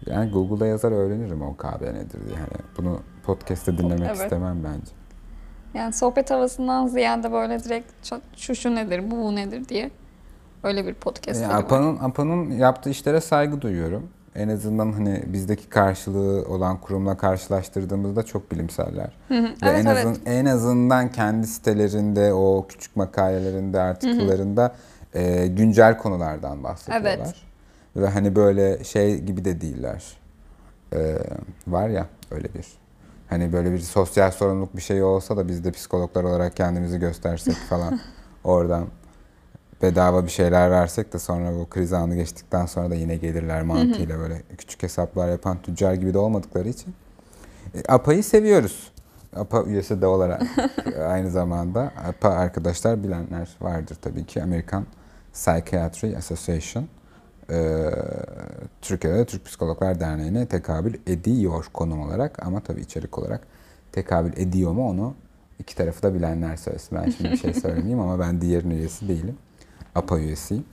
Yani Google'da yazar öğrenirim OKB nedir diye. Yani bunu podcast'te dinlemek Evet. istemem bence. Yani sohbet havasından ziyade böyle direkt şu nedir, bu nedir diye öyle bir podcastleri var. Apa'nın yaptığı işlere saygı duyuyorum. En azından hani bizdeki karşılığı olan kurumla karşılaştırdığımızda çok bilimseller. Hı hı. Ve Evet, evet. en azından kendi sitelerinde, o küçük makalelerinde, Hı hı. artikıllarında güncel konulardan Evet. bahsediyorlar. Ve hani böyle şey gibi de değiller. E, Var ya öyle bir. Hani böyle bir sosyal sorumluluk bir şey olsa da biz de psikologlar olarak kendimizi göstersek falan oradan bedava bir şeyler versek de sonra bu kriz anı geçtikten sonra da yine gelirler Hı hı. mantığıyla böyle küçük hesaplar yapan tüccar gibi de olmadıkları için. APA'yı seviyoruz. APA üyesi de olarak aynı zamanda. APA arkadaşlar bilenler vardır tabii ki. American Psychiatry Association. Türkiye'de de Türk Psikologlar Derneği'ne tekabül ediyor konum olarak ama tabii içerik olarak tekabül ediyor mu onu iki tarafı da bilenler söylesin. Ben şimdi bir şey söylemeyeyim ama ben diğerinin üyesi değilim. APA üyesiyim.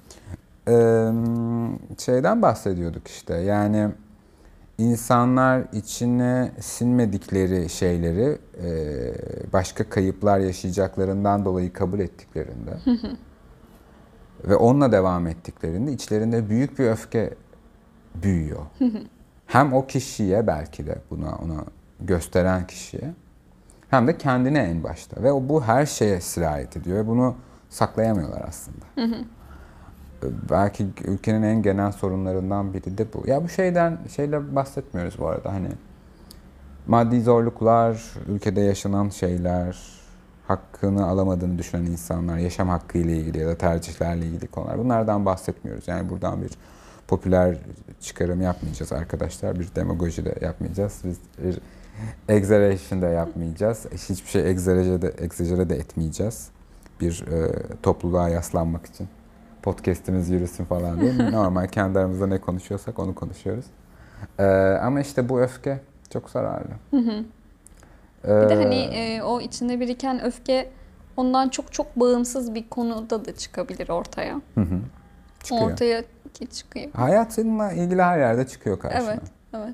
Şeyden bahsediyorduk işte yani insanlar içine sinmedikleri şeyleri başka kayıplar yaşayacaklarından dolayı kabul ettiklerinde ve onunla devam ettiklerinde içlerinde büyük bir öfke büyüyor. Hem o kişiye belki de ona gösteren kişiye hem de kendine en başta ve bu her şeye sirayet ediyor ve bunu saklayamıyorlar aslında. Belki ülkenin en genel sorunlarından biri de bu. Ya bu şeyle bahsetmiyoruz bu arada hani maddi zorluklar, ülkede yaşanan şeyler, hakkını alamadığını düşünen insanlar, yaşam hakkı ile ilgili ya da tercihlerle ilgili konular. Bunlardan bahsetmiyoruz. Yani buradan bir popüler çıkarım yapmayacağız arkadaşlar. Bir demagoji de yapmayacağız. Biz bir exaggeration de yapmayacağız. Hiçbir şey egzajere de etmeyeceğiz. Bir topluluğa yaslanmak için. Podcast'imiz yürüsün falan diye. Normal kendi aramızda ne konuşuyorsak onu konuşuyoruz. Ama işte bu öfke çok zararlı. Bir de hani Ee, o içinde biriken öfke ondan çok çok bağımsız bir konuda da çıkabilir ortaya. Çıkıyor. Ortaya çıkıyor. Hayatınla ilgili her yerde çıkıyor karşına. Evet, evet.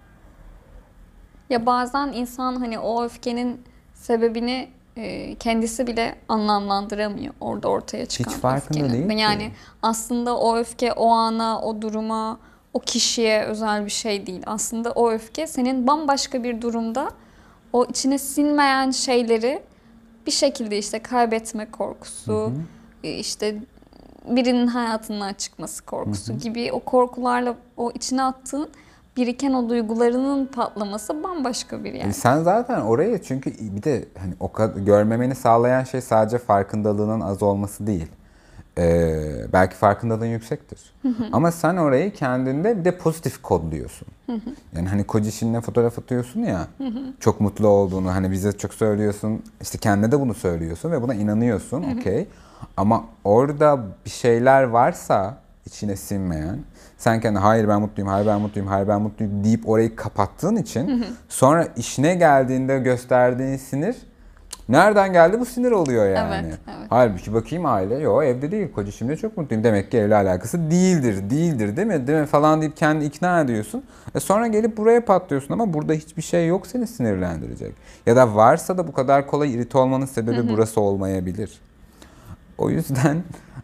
Ya bazen insan hani o öfkenin sebebini kendisi bile anlamlandıramıyor orada ortaya Hiç çıkan farkında değil öfkenin. ki. Yani aslında o öfke o ana, o duruma, o kişiye özel bir şey değil. Aslında o öfke senin bambaşka bir durumda o içine sinmeyen şeyleri bir şekilde işte kaybetme korkusu, işte birinin hayatından çıkması korkusu gibi o korkularla o içine attığın biriken o duygularının patlaması bambaşka bir yer. Sen zaten orayı çünkü bir de hani o kadar görmemeni sağlayan şey sadece farkındalığının az olması değil. Belki farkındalığın yüksektir. Ama sen orayı kendinde bir de pozitif kodluyorsun. Yani hani kocişinle fotoğraf atıyorsun ya, çok mutlu olduğunu hani bize çok söylüyorsun, işte kendine de bunu söylüyorsun ve buna inanıyorsun, okey. Ama orada bir şeyler varsa içine sinmeyen, sen kendine hayır ben mutluyum, hayır ben mutluyum, hayır ben mutluyum deyip orayı kapattığın için sonra işine geldiğinde gösterdiğin sinir nereden geldi bu sinir oluyor yani. Evet, evet. Halbuki bakayım aile, yo evde değil, koca şimdi çok mutluyum. Demek ki evle alakası değildir değil mi falan deyip kendini ikna ediyorsun. Sonra gelip buraya patlıyorsun ama burada hiçbir şey yok seni sinirlendirecek. Ya da varsa da bu kadar kolay irite olmanın sebebi burası olmayabilir. O yüzden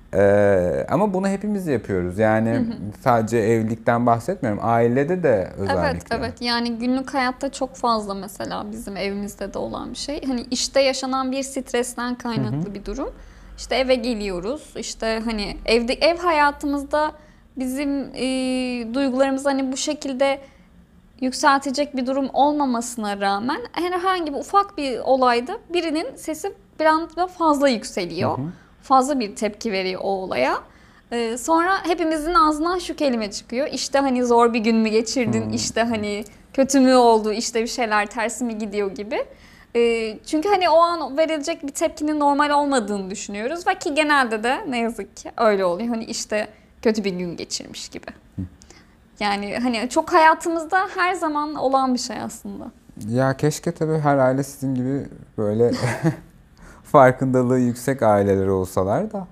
ama bunu hepimiz yapıyoruz. Yani sadece evlilikten bahsetmiyorum. Ailede de Evet, özellikle. evet. Yani günlük hayatta çok fazla mesela bizim evimizde de olan bir şey. Hani işte yaşanan bir stresten kaynaklı bir durum. İşte eve geliyoruz. İşte hani ev hayatımızda bizim duygularımızı hani bu şekilde yükseltecek bir durum olmamasına rağmen herhangi bir ufak bir olayda birinin sesi bir anda fazla yükseliyor. Fazla bir tepki veriyor o olaya. Sonra hepimizin ağzından şu kelime çıkıyor. İşte hani zor bir gün mü geçirdin, işte hani kötü mü oldu, işte bir şeyler ters mi gidiyor gibi. Çünkü hani o an verilecek bir tepkinin normal olmadığını düşünüyoruz. Ve ki genelde de ne yazık ki öyle oluyor. Hani işte kötü bir gün geçirmiş gibi. Yani hani çok hayatımızda her zaman olan bir şey aslında. Ya keşke tabii her aile sizin gibi böyle farkındalığı yüksek aileler olsalar da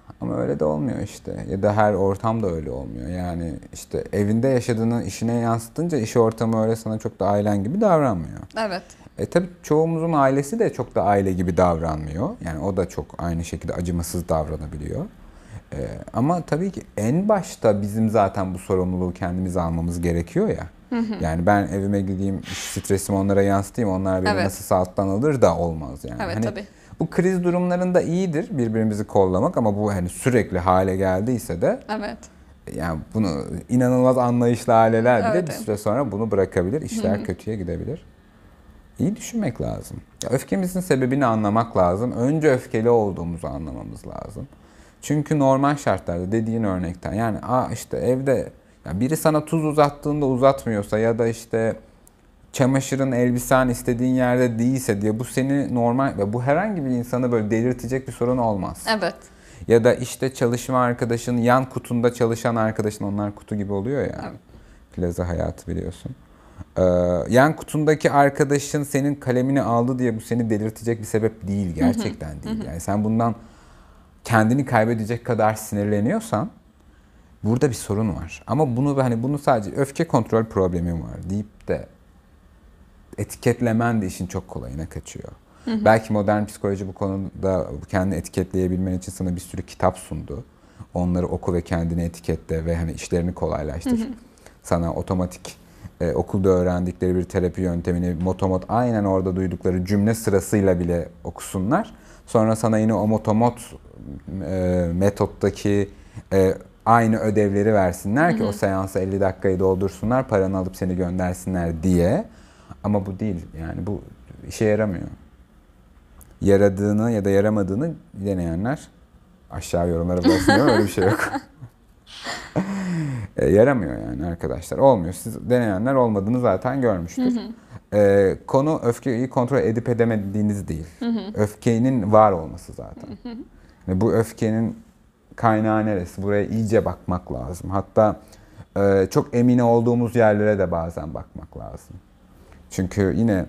Ama öyle de olmuyor işte. Ya da her ortam da öyle olmuyor. Yani işte evinde yaşadığını işine yansıtınca iş ortamı öyle sana çok da ailen gibi davranmıyor. Evet. Tabii çoğumuzun ailesi de çok da aile gibi davranmıyor. Yani o da çok aynı şekilde acımasız davranabiliyor. Ama tabii ki en başta bizim zaten bu sorumluluğu kendimiz almamız gerekiyor ya. Yani ben evime gideyim, stresimi onlara yansıtayım, onlar beni Evet. nasıl alttan alır da olmaz yani. Evet, Hani tabii. bu kriz durumlarında iyidir birbirimizi kollamak ama bu hani sürekli hale geldiyse de Evet. yani bunu inanılmaz anlayışlı aileler bile Evet, bir evet. süre sonra bunu bırakabilir, işler kötüye gidebilir. İyi düşünmek lazım. Ya öfkemizin sebebini anlamak lazım. Önce öfkeli olduğumuzu anlamamız lazım. Çünkü normal şartlarda dediğin örnekten yani işte evde ya biri sana tuz uzattığında uzatmıyorsa ya da işte çamaşırın, elbisen istediğin yerde değilse diye bu seni normal ve bu herhangi bir insanı böyle delirtecek bir sorun olmaz. Evet. Ya da işte çalışma arkadaşın, yan kutunda çalışan arkadaşın, onlar kutu gibi oluyor ya. Evet. Plaza hayatı biliyorsun. Yan kutundaki arkadaşın senin kalemini aldı diye bu seni delirtecek bir sebep değil. Gerçekten değil. Yani sen bundan kendini kaybedecek kadar sinirleniyorsan burada bir sorun var. Ama bunu sadece öfke kontrol problemim var deyip de etiketlemen de işin çok kolayına kaçıyor. Belki modern psikoloji bu konuda kendini etiketleyebilmen için sana bir sürü kitap sundu. Onları oku ve kendini etiketle ve hani işlerini kolaylaştır. Sana otomatik okulda öğrendikleri bir terapi yöntemini motomot aynen orada duydukları cümle sırasıyla bile okusunlar. Sonra sana yine o motomot metottaki aynı ödevleri versinler ki o seansa 50 dakikayı doldursunlar, paranı alıp seni göndersinler diye. Ama bu değil yani bu işe yaramıyor. Yaradığını ya da yaramadığını deneyenler aşağı yorumlara bıraksın, öyle bir şey yok. Yaramıyor yani arkadaşlar. Olmuyor. Siz deneyenler olmadığını zaten görmüştür. Konu öfkeyi kontrol edip edemediğiniz değil. Öfkenin var olması zaten. Ve bu öfkenin kaynağı neresi? Buraya iyice bakmak lazım. Hatta çok emin olduğumuz yerlere de bazen bakmak lazım. Çünkü yine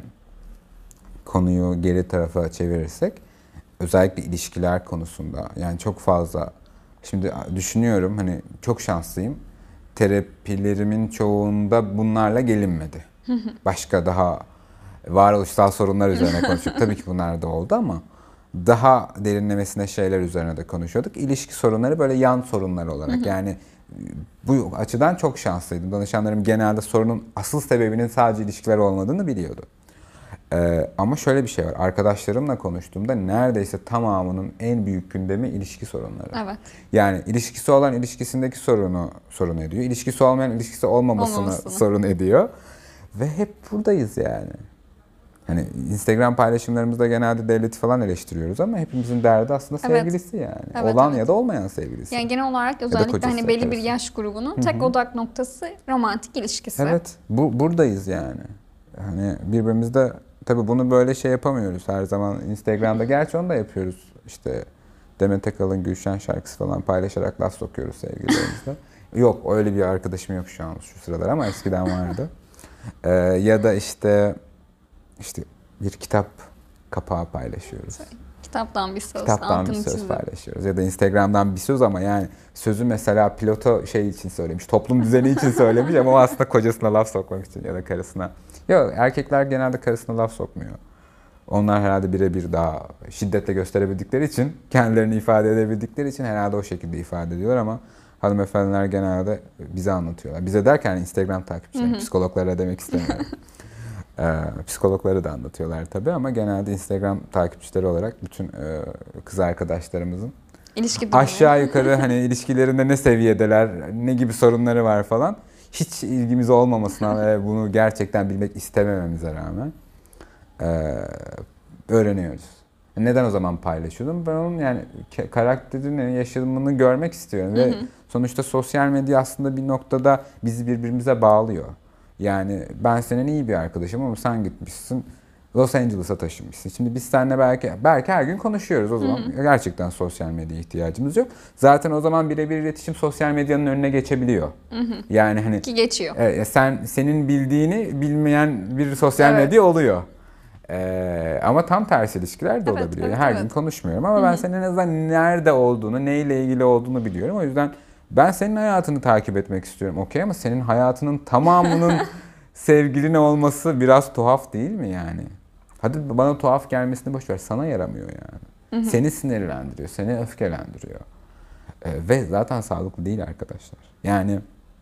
konuyu geri tarafa çevirirsek özellikle ilişkiler konusunda yani çok fazla şimdi düşünüyorum hani çok şanslıyım. Terapilerimin çoğunda bunlarla gelinmedi. Başka daha varoluşsal sorunlar üzerine konuştuk. Tabii ki bunlar da oldu ama daha derinlemesine şeyler üzerine de konuşuyorduk. İlişki sorunları böyle yan sorunlar olarak yani bu açıdan çok şanslıydım. Danışanlarım genelde sorunun asıl sebebinin sadece ilişkiler olmadığını biliyordu. Ama şöyle bir şey var. Arkadaşlarımla konuştuğumda neredeyse tamamının en büyük gündemi ilişki sorunları. Evet. Yani ilişkisi olan ilişkisindeki sorun ediyor. İlişkisi olmayan ilişkisi olmamasını sorun ediyor. Ve hep buradayız yani. Hani Instagram paylaşımlarımızda genelde devleti falan eleştiriyoruz ama hepimizin derdi aslında sevgilisi yani. Evet, olan evet. ya da olmayan sevgilisi. Yani genel olarak özellikle kocası hani belli bir arası. yaş grubunun tek odak noktası romantik ilişkisi. Evet. Buradayız yani. Hani birbirimizde tabii bunu böyle şey yapamıyoruz her zaman Instagram'da. Gerçi onu da yapıyoruz. İşte Demet Akalın, Gülşen şarkısı falan paylaşarak laf sokuyoruz sevgililerimizle. Yok öyle bir arkadaşım yok şu an şu sıralar ama eskiden vardı. Ya da işte bir kitap kapağı paylaşıyoruz. Kitaptan bir söz, Kitaptan bir söz paylaşıyoruz. Ya da Instagram'dan bir söz ama yani sözü mesela piloto şey için söylemiş, toplum düzeni için söylemiş ama o aslında kocasına laf sokmak için ya da karısına. Yok, erkekler genelde karısına laf sokmuyor. Onlar herhalde birebir daha şiddetle gösterebildikleri için, kendilerini ifade edebildikleri için herhalde o şekilde ifade ediyorlar ama hanımefendiler genelde bize anlatıyorlar. Bize derken Instagram takipçileri, psikologlara demek istemiyorum. Psikologları da anlatıyorlar tabii ama genelde Instagram takipçileri olarak bütün kız arkadaşlarımızın aşağı yukarı hani ilişkilerinde ne seviyedeler, ne gibi sorunları var falan hiç ilgimiz olmamasına ve bunu gerçekten bilmek istemememize rağmen öğreniyoruz. Neden o zaman paylaşıyordum? Ben onun yani karakterini, yaşamını görmek istiyorum ve sonuçta sosyal medya aslında bir noktada bizi birbirimize bağlıyor. Yani ben senin iyi bir arkadaşım ama sen gitmişsin Los Angeles'a taşınmışsın. Şimdi biz seninle belki her gün konuşuyoruz o zaman. Gerçekten sosyal medyaya ihtiyacımız yok. Zaten o zaman birebir iletişim sosyal medyanın önüne geçebiliyor. Yani hani ki geçiyor. senin bildiğini bilmeyen bir sosyal medya oluyor. Ama tam tersi ilişkiler de Evet, olabiliyor. evet, Her evet. gün konuşmuyorum ama ben senin en azından nerede olduğunu, neyle ilgili olduğunu biliyorum. O yüzden ben senin hayatını takip etmek istiyorum. Okey, ama senin hayatının tamamının sevgilin olması biraz tuhaf değil mi yani? Hadi bana tuhaf gelmesini boş ver. Sana yaramıyor yani. Seni sinirlendiriyor, seni öfkelendiriyor. Ve zaten sağlıklı değil arkadaşlar. Yani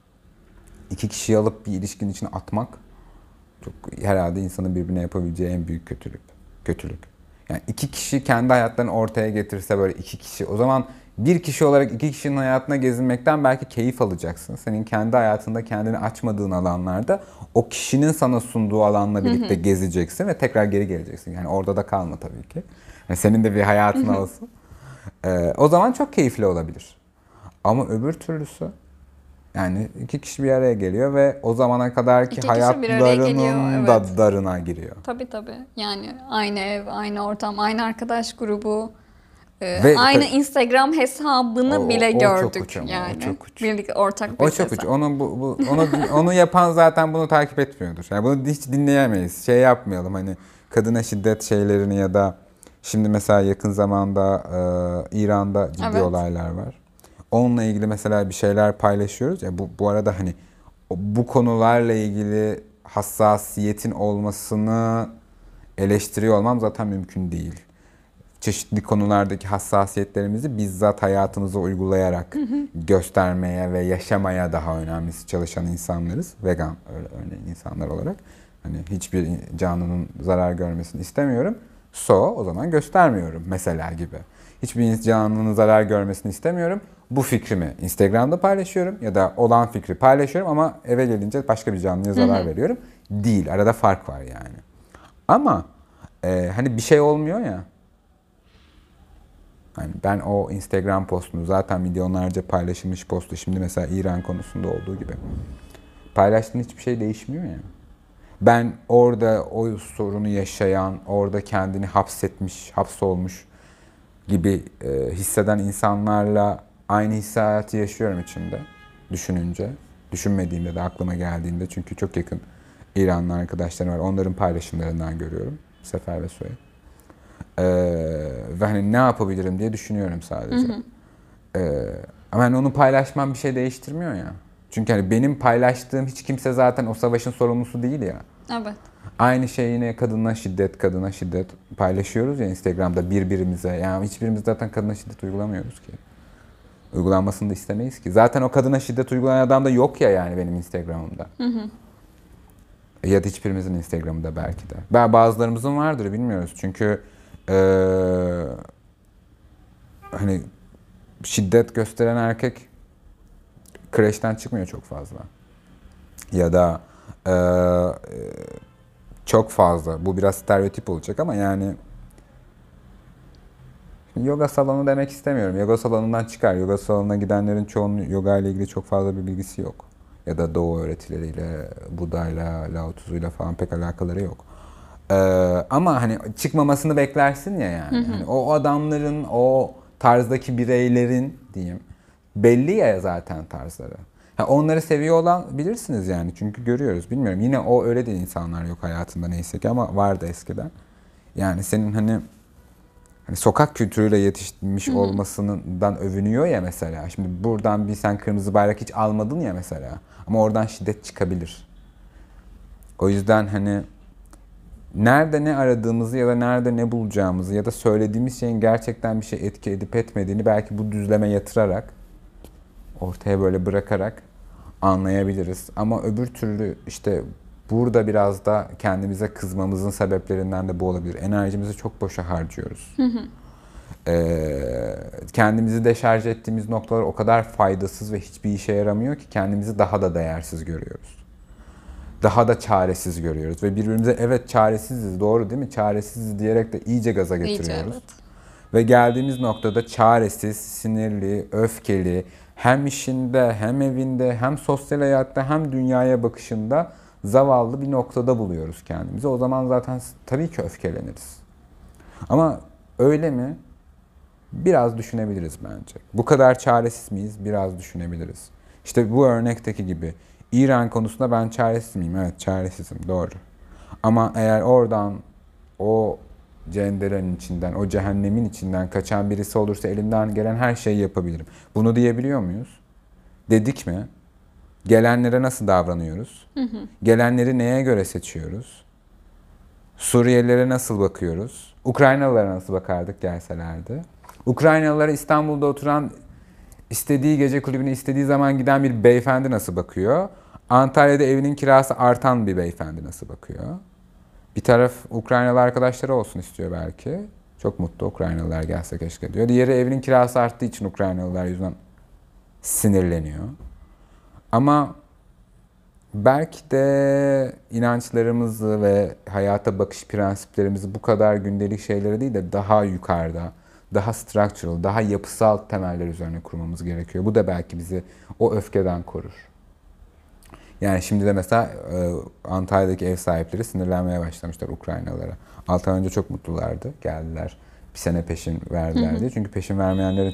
iki kişiyi alıp bir ilişkinin içine atmak çok herhalde insanın birbirine yapabileceği en büyük kötülük. Yani iki kişi kendi hayatlarını ortaya getirse, böyle iki kişi, o zaman bir kişi olarak iki kişinin hayatına gezinmekten belki keyif alacaksın. Senin kendi hayatında kendini açmadığın alanlarda o kişinin sana sunduğu alanla birlikte gezeceksin ve tekrar geri geleceksin. Yani orada da kalma tabii ki. Yani senin de bir hayatın olsun. O zaman çok keyifli olabilir. Ama öbür türlüsü, yani iki kişi bir araya geliyor ve o zamana kadarki İki kişi bir araya geliyor, hayatlarının evet. da darına giriyor. Tabii. Yani aynı ev, aynı ortam, aynı arkadaş grubu, Ve aynı Instagram hesabını bile o çok gördük uç ama, yani. o çok uç. Birlikte ortak O bir çok uç. hesap. Onu yapan zaten bunu takip etmiyordur. Yani bunu hiç dinleyemeyiz. Şey yapmayalım, hani kadına şiddet şeylerini ya da şimdi mesela yakın zamanda İran'da ciddi Evet. olaylar var. Onunla ilgili mesela bir şeyler paylaşıyoruz. Ya bu arada hani bu konularla ilgili hassasiyetin olmasını eleştiriyor olmam zaten mümkün değil. Çeşitli konulardaki hassasiyetlerimizi bizzat hayatımıza uygulayarak göstermeye ve yaşamaya daha önemlisi çalışan insanlarız. Vegan örneğin insanlar olarak. Hani hiçbir canlının zarar görmesini istemiyorum. O zaman göstermiyorum mesela gibi. Hiçbir canlının zarar görmesini istemiyorum. Bu fikrimi Instagram'da paylaşıyorum ya da olan fikri paylaşıyorum ama eve gelince başka bir canlıya zarar veriyorum. Değil. Arada fark var yani. Ama hani bir şey olmuyor ya. Yani ben o Instagram postunu, zaten milyonlarca paylaşılmış postu, şimdi mesela İran konusunda olduğu gibi paylaştığın hiçbir şey değişmiyor ya. Ben orada o sorunu yaşayan, orada kendini hapsolmuş gibi hisseden insanlarla aynı hissiyatı yaşıyorum içimde düşününce. Düşünmediğimde de, aklıma geldiğinde, çünkü çok yakın İranlı arkadaşlarım var. Onların paylaşımlarından görüyorum. Sefer ve Soy. Ve hani ne yapabilirim diye düşünüyorum sadece. Ama hani onu paylaşmam bir şey değiştirmiyor ya. Çünkü hani benim paylaştığım hiç kimse zaten o savaşın sorumlusu değil ya. Evet. Aynı şey yine kadına şiddet paylaşıyoruz ya Instagram'da birbirimize. Yani hiçbirimiz zaten kadına şiddet uygulamıyoruz ki. Uygulanmasını da istemeyiz ki. Zaten o kadına şiddet uygulayan adam da yok ya yani benim Instagram'ımda. Ya da hiçbirimizin Instagram'ında belki de. Bazılarımızın vardır, bilmiyoruz. Çünkü hani şiddet gösteren erkek kreşten çıkmıyor çok fazla. Ya da çok fazla. Bu biraz stereotip olacak ama yani yoga salonu demek istemiyorum. Yoga salonundan çıkar. Yoga salonuna gidenlerin çoğunun yoga ile ilgili çok fazla bir bilgisi yok. Ya da Doğu öğretileriyle, Buda'yla, Lao Tzu'yla falan pek alakaları yok. Ama hani çıkmamasını beklersin ya yani. Hani o adamların, o tarzdaki bireylerin diyeyim, belli ya zaten tarzları. Onları seviyor olan bilirsiniz yani, çünkü görüyoruz. Bilmiyorum, yine o öyle de insanlar yok hayatında neyse ki, ama vardı eskiden. Yani senin hani sokak kültürüyle yetişmiş olmasından övünüyor ya mesela. Şimdi buradan sen kırmızı bayrak hiç almadın ya mesela. Ama oradan şiddet çıkabilir. O yüzden hani nerede ne aradığımızı ya da nerede ne bulacağımızı ya da söylediğimiz şeyin gerçekten bir şey etki edip etmediğini belki bu düzleme yatırarak, ortaya böyle bırakarak anlayabiliriz. Ama öbür türlü işte burada biraz da kendimize kızmamızın sebeplerinden de bu olabilir. Enerjimizi çok boşa harcıyoruz. Kendimizi deşarj ettiğimiz noktalar o kadar faydasız ve hiçbir işe yaramıyor ki kendimizi daha da değersiz görüyoruz. Daha da çaresiz görüyoruz ve birbirimize evet çaresiziz, doğru değil mi? Çaresiziz diyerek de iyice gaza getiriyoruz. İyice, evet. Ve geldiğimiz noktada çaresiz, sinirli, öfkeli, hem işinde, hem evinde, hem sosyal hayatta, hem dünyaya bakışında zavallı bir noktada buluyoruz kendimizi. O zaman zaten tabii ki öfkeleniriz. Ama öyle mi? Biraz düşünebiliriz bence. Bu kadar çaresiz miyiz? Biraz düşünebiliriz. İşte bu örnekteki gibi İran konusunda ben çaresiz miyim? Evet, çaresizim, doğru. Ama eğer oradan o cenderenin içinden, o cehennemin içinden kaçan birisi olursa elimden gelen her şeyi yapabilirim. Bunu diyebiliyor muyuz? Dedik mi? Gelenlere nasıl davranıyoruz? Gelenleri neye göre seçiyoruz? Suriyelilere nasıl bakıyoruz? Ukraynalılara nasıl bakardık gelselerdi? Ukraynalılara İstanbul'da oturan, istediği gece kulübüne istediği zaman giden bir beyefendi nasıl bakıyor? Antalya'da evinin kirası artan bir beyefendi nasıl bakıyor? Bir taraf Ukraynalı arkadaşları olsun istiyor belki. Çok mutlu, Ukraynalılar gelse keşke diyor. Diğeri evinin kirası arttığı için Ukraynalılar yüzünden sinirleniyor. Ama belki de inançlarımızı ve hayata bakış prensiplerimizi bu kadar gündelik şeylere değil de daha yukarıda, daha structural, daha yapısal temeller üzerine kurmamız gerekiyor. Bu da belki bizi o öfkeden korur. Yani şimdi de mesela Antalya'daki ev sahipleri sinirlenmeye başlamışlar Ukraynalılara. 6 ay önce çok mutlulardı, geldiler. Bir sene peşin verdiler diye. Çünkü peşin vermeyenlerin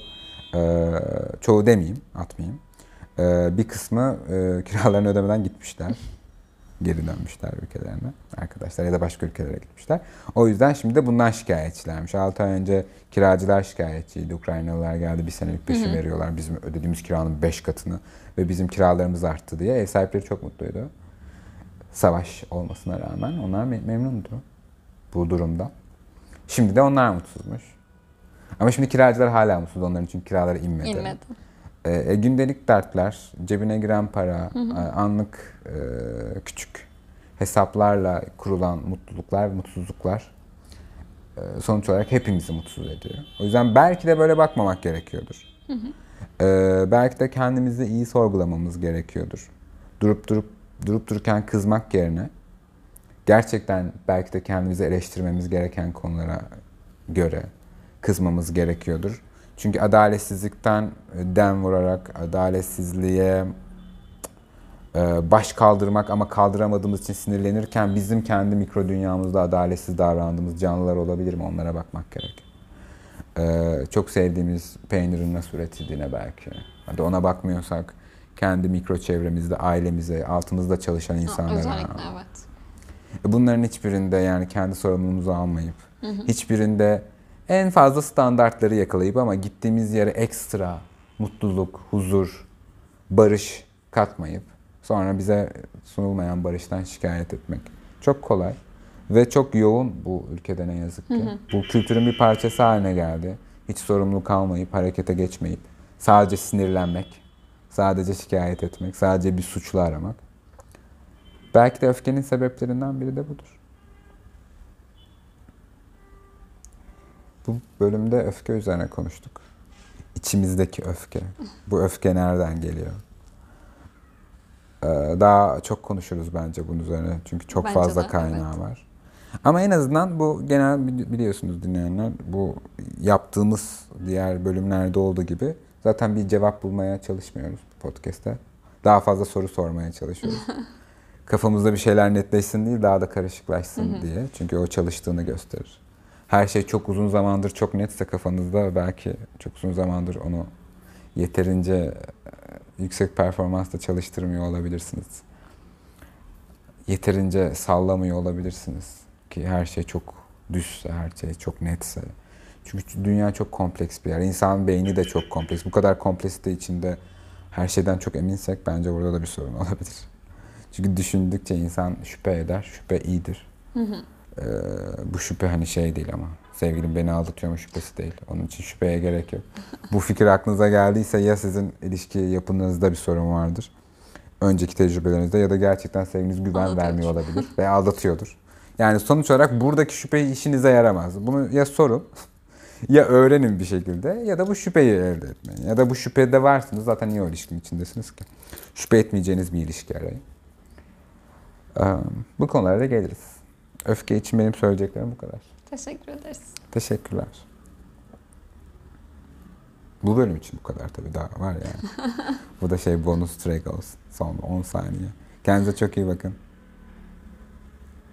çoğu demeyeyim, atmayayım. Bir kısmı kiralarını ödemeden gitmişler. Geri dönmüşler ülkelerine. Arkadaşlar ya da başka ülkelere gitmişler. O yüzden şimdi de bundan şikayetçilermiş. 6 ay önce kiracılar şikayetçiydi. Ukraynalılar geldi, bir senelik peşin veriyorlar. Bizim ödediğimiz kiranın 5 katını ve bizim kiralarımız arttı diye. Ev sahipleri çok mutluydu. Savaş olmasına rağmen onlar memnundu bu durumda. Şimdi de onlar mutsuzmuş. Ama şimdi kiracılar hala mutsuz. Onların için kiraları inmedi. Gündelik dertler, cebine giren para, anlık küçük hesaplarla kurulan mutluluklar, mutsuzluklar sonuç olarak hepimizi mutsuz ediyor. O yüzden belki de böyle bakmamak gerekiyordur. Belki de kendimizi iyi sorgulamamız gerekiyordur. Durup dururken kızmak yerine gerçekten belki de kendimizi eleştirmemiz gereken konulara göre kızmamız gerekiyordur. Çünkü adaletsizlikten dem vurarak, adaletsizliğe baş kaldırmak ama kaldıramadığımız için sinirlenirken bizim kendi mikro dünyamızda adaletsiz davrandığımız canlılar olabilir mi? Onlara bakmak gerek. Çok sevdiğimiz peynirin nasıl üretildiğine belki. Hadi ona bakmıyorsak kendi mikro çevremizde, ailemize, altımızda çalışan insanlara. Özellikle evet. Bunların hiçbirinde yani kendi sorumluluğumuzu almayıp, hiçbirinde en fazla standartları yakalayıp ama gittiğimiz yere ekstra mutluluk, huzur, barış katmayıp sonra bize sunulmayan barıştan şikayet etmek çok kolay ve çok yoğun bu ülkede ne yazık ki. Bu kültürün bir parçası haline geldi. Hiç sorumluluk almayıp, harekete geçmeyip, sadece sinirlenmek, sadece şikayet etmek, sadece bir suçlu aramak. Belki de öfkenin sebeplerinden biri de budur. Bu bölümde öfke üzerine konuştuk. İçimizdeki öfke. Bu öfke nereden geliyor? Daha çok konuşuruz bence bunun üzerine. Çünkü çok Bence fazla de, kaynağı evet. var. Ama en azından bu genel biliyorsunuz dinleyenler, bu yaptığımız diğer bölümlerde olduğu gibi zaten bir cevap bulmaya çalışmıyoruz bu podcast'te. Daha fazla soru sormaya çalışıyoruz. Kafamızda bir şeyler netleşsin değil, daha da karışıklaşsın diye. Çünkü o çalıştığını gösterir. Her şey çok uzun zamandır çok netse kafanızda belki çok uzun zamandır onu yeterince yüksek performansla çalıştırmıyor olabilirsiniz. Yeterince sallamıyor olabilirsiniz ki her şey çok düzse, her şey çok netse. Çünkü dünya çok kompleks bir yer. İnsan beyni de çok kompleks. Bu kadar kompleksite içinde her şeyden çok eminsek bence burada da bir sorun olabilir. Çünkü düşündükçe insan şüphe eder. Şüphe iyidir. Bu şüphe hani şey değil ama sevgilim beni aldatıyor mu şüphesi değil. Onun için şüpheye gerek yok. Bu fikir aklınıza geldiyse ya sizin ilişki yapınızda bir sorun vardır. Önceki tecrübelerinizde ya da gerçekten sevgiliniz güven vermiyor olabilir ve aldatıyordur. Yani sonuç olarak buradaki şüphe işinize yaramaz. Bunu ya sorun ya öğrenin bir şekilde ya da bu şüpheyi elde etmeyin. Ya da bu şüphede varsınız zaten niye o ilişkinin içindesiniz ki? Şüphe etmeyeceğiniz bir ilişki arayın. Bu konulara da geliriz. Öfke için benim söyleyeceklerim bu kadar. Teşekkür ederiz. Teşekkürler. Bu bölüm için bu kadar tabii, daha var yani. Bu da bonus track olsun. Son 10 saniye. Kendinize çok iyi bakın.